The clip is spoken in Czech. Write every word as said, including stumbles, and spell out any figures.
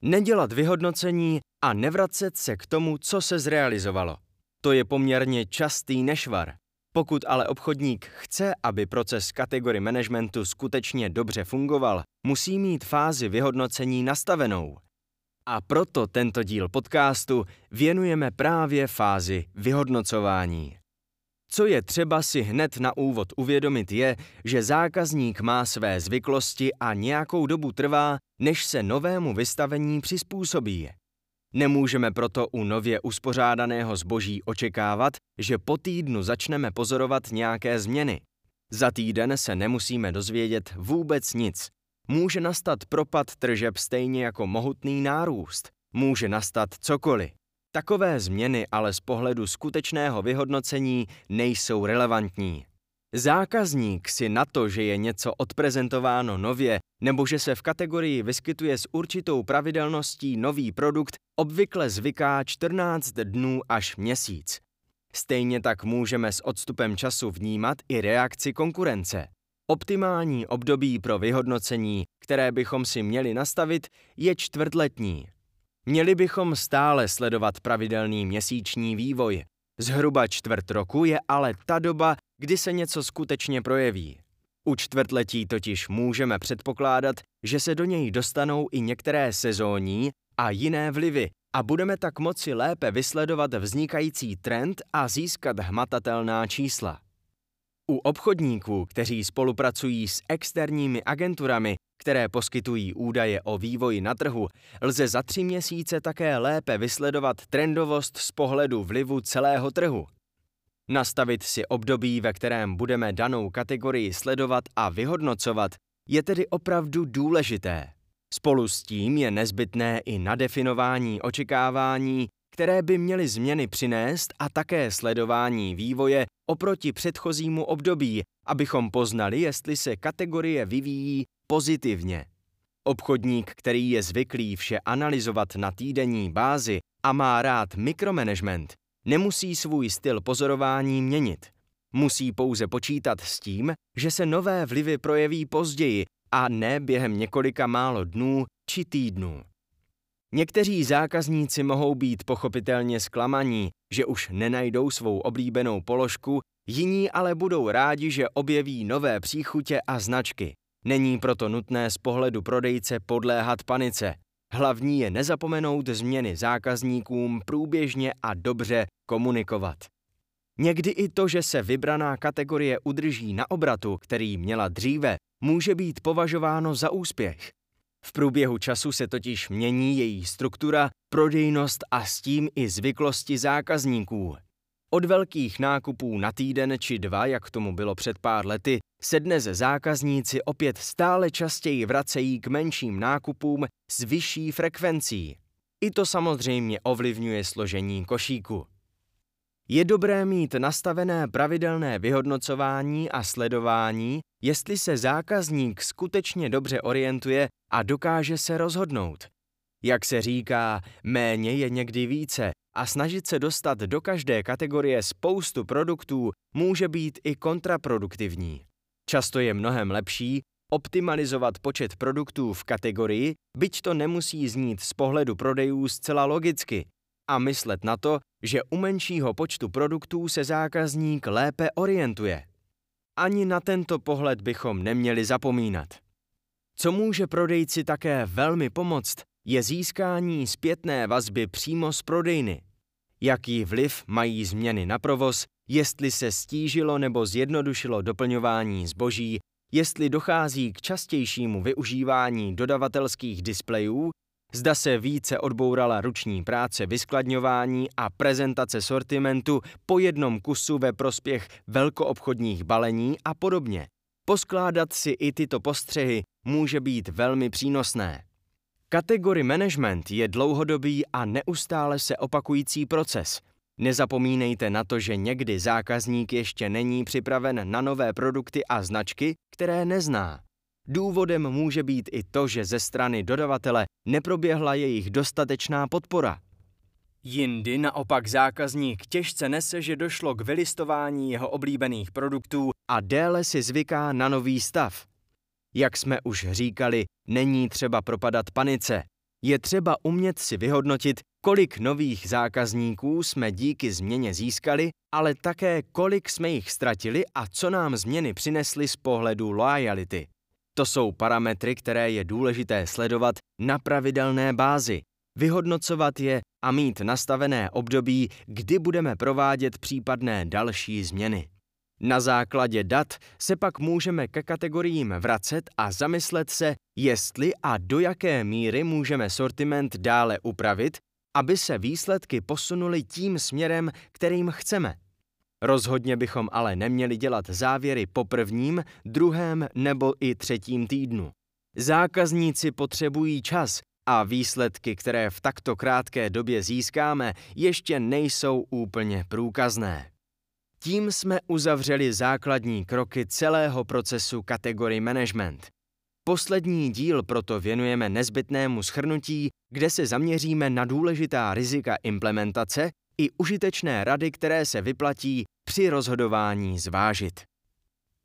Nedělat vyhodnocení a nevracet se k tomu, co se zrealizovalo. To je poměrně častý nešvar. Pokud ale obchodník chce, aby proces kategory managementu skutečně dobře fungoval, musí mít fázi vyhodnocení nastavenou. A proto tento díl podcastu věnujeme právě fázi vyhodnocování. Co je třeba si hned na úvod uvědomit je, že zákazník má své zvyklosti a nějakou dobu trvá, než se novému vystavení přizpůsobí. Nemůžeme proto u nově uspořádaného zboží očekávat, že po týdnu začneme pozorovat nějaké změny. Za týden se nemusíme dozvědět vůbec nic. Může nastat propad tržeb stejně jako mohutný nárůst. Může nastat cokoliv. Takové změny ale z pohledu skutečného vyhodnocení nejsou relevantní. Zákazník si na to, že je něco odprezentováno nově nebo že se v kategorii vyskytuje s určitou pravidelností nový produkt, obvykle zvyká čtrnáct dnů až měsíc. Stejně tak můžeme s odstupem času vnímat i reakci konkurence. Optimální období pro vyhodnocení, které bychom si měli nastavit, je čtvrtletní. Měli bychom stále sledovat pravidelný měsíční vývoj. Zhruba čtvrt roku je ale ta doba, kdy se něco skutečně projeví. U čtvrtletí totiž můžeme předpokládat, že se do něj dostanou i některé sezónní a jiné vlivy a budeme tak moci lépe vysledovat vznikající trend a získat hmatatelná čísla. U obchodníků, kteří spolupracují s externími agenturami, které poskytují údaje o vývoji na trhu, lze za tři měsíce také lépe vysledovat trendovost z pohledu vlivu celého trhu. Nastavit si období, ve kterém budeme danou kategorii sledovat a vyhodnocovat, je tedy opravdu důležité. Spolu s tím je nezbytné i nadefinování očekávání, které by měly změny přinést a také sledování vývoje oproti předchozímu období, abychom poznali, jestli se kategorie vyvíjí pozitivně. Obchodník, který je zvyklý vše analyzovat na týdenní bázi a má rád mikromanagement, nemusí svůj styl pozorování měnit. Musí pouze počítat s tím, že se nové vlivy projeví později a ne během několika málo dnů či týdnů. Někteří zákazníci mohou být pochopitelně zklamaní, že už nenajdou svou oblíbenou položku, jiní ale budou rádi, že objeví nové příchutě a značky. Není proto nutné z pohledu prodejce podléhat panice. Hlavní je nezapomenout změny zákazníkům průběžně a dobře komunikovat. Někdy i to, že se vybraná kategorie udrží na obratu, který měla dříve, může být považováno za úspěch. V průběhu času se totiž mění její struktura, prodejnost a s tím i zvyklosti zákazníků. Od velkých nákupů na týden či dva, jak tomu bylo před pár lety, se dnes zákazníci opět stále častěji vracejí k menším nákupům s vyšší frekvencí. I to samozřejmě ovlivňuje složení košíku. Je dobré mít nastavené pravidelné vyhodnocování a sledování, jestli se zákazník skutečně dobře orientuje a dokáže se rozhodnout. Jak se říká, méně je někdy více a snažit se dostat do každé kategorie spoustu produktů může být i kontraproduktivní. Často je mnohem lepší optimalizovat počet produktů v kategorii, byť to nemusí znít z pohledu prodejů zcela logicky, a myslet na to, že u menšího počtu produktů se zákazník lépe orientuje. Ani na tento pohled bychom neměli zapomínat. Co může prodejci také velmi pomoct, je získání zpětné vazby přímo z prodejny. Jaký vliv mají změny na provoz, jestli se stížilo nebo zjednodušilo doplňování zboží, jestli dochází k častějšímu využívání dodavatelských displejů, zda se více odbourala ruční práce vyskladňování a prezentace sortimentu po jednom kusu ve prospěch velkoobchodních balení a podobně. Poskládat si i tyto postřehy může být velmi přínosné. Category management je dlouhodobý a neustále se opakující proces. Nezapomínejte na to, že někdy zákazník ještě není připraven na nové produkty a značky, které nezná. Důvodem může být i to, že ze strany dodavatele neproběhla jejich dostatečná podpora. Jindy naopak zákazník těžce nese, že došlo k vylistování jeho oblíbených produktů a déle si zvyká na nový stav. Jak jsme už říkali, není třeba propadat panice. Je třeba umět si vyhodnotit, kolik nových zákazníků jsme díky změně získali, ale také kolik jsme jich ztratili a co nám změny přinesly z pohledu loajality. To jsou parametry, které je důležité sledovat na pravidelné bázi, vyhodnocovat je a mít nastavené období, kdy budeme provádět případné další změny. Na základě dat se pak můžeme ke kategoriím vracet a zamyslet se, jestli a do jaké míry můžeme sortiment dále upravit, aby se výsledky posunuly tím směrem, kterým chceme. Rozhodně bychom ale neměli dělat závěry po prvním, druhém nebo i třetím týdnu. Zákazníci potřebují čas a výsledky, které v takto krátké době získáme, ještě nejsou úplně průkazné. Tím jsme uzavřeli základní kroky celého procesu Category Management. Poslední díl proto věnujeme nezbytnému shrnutí, kde se zaměříme na důležitá rizika implementace i užitečné rady, které se vyplatí při rozhodování zvážit.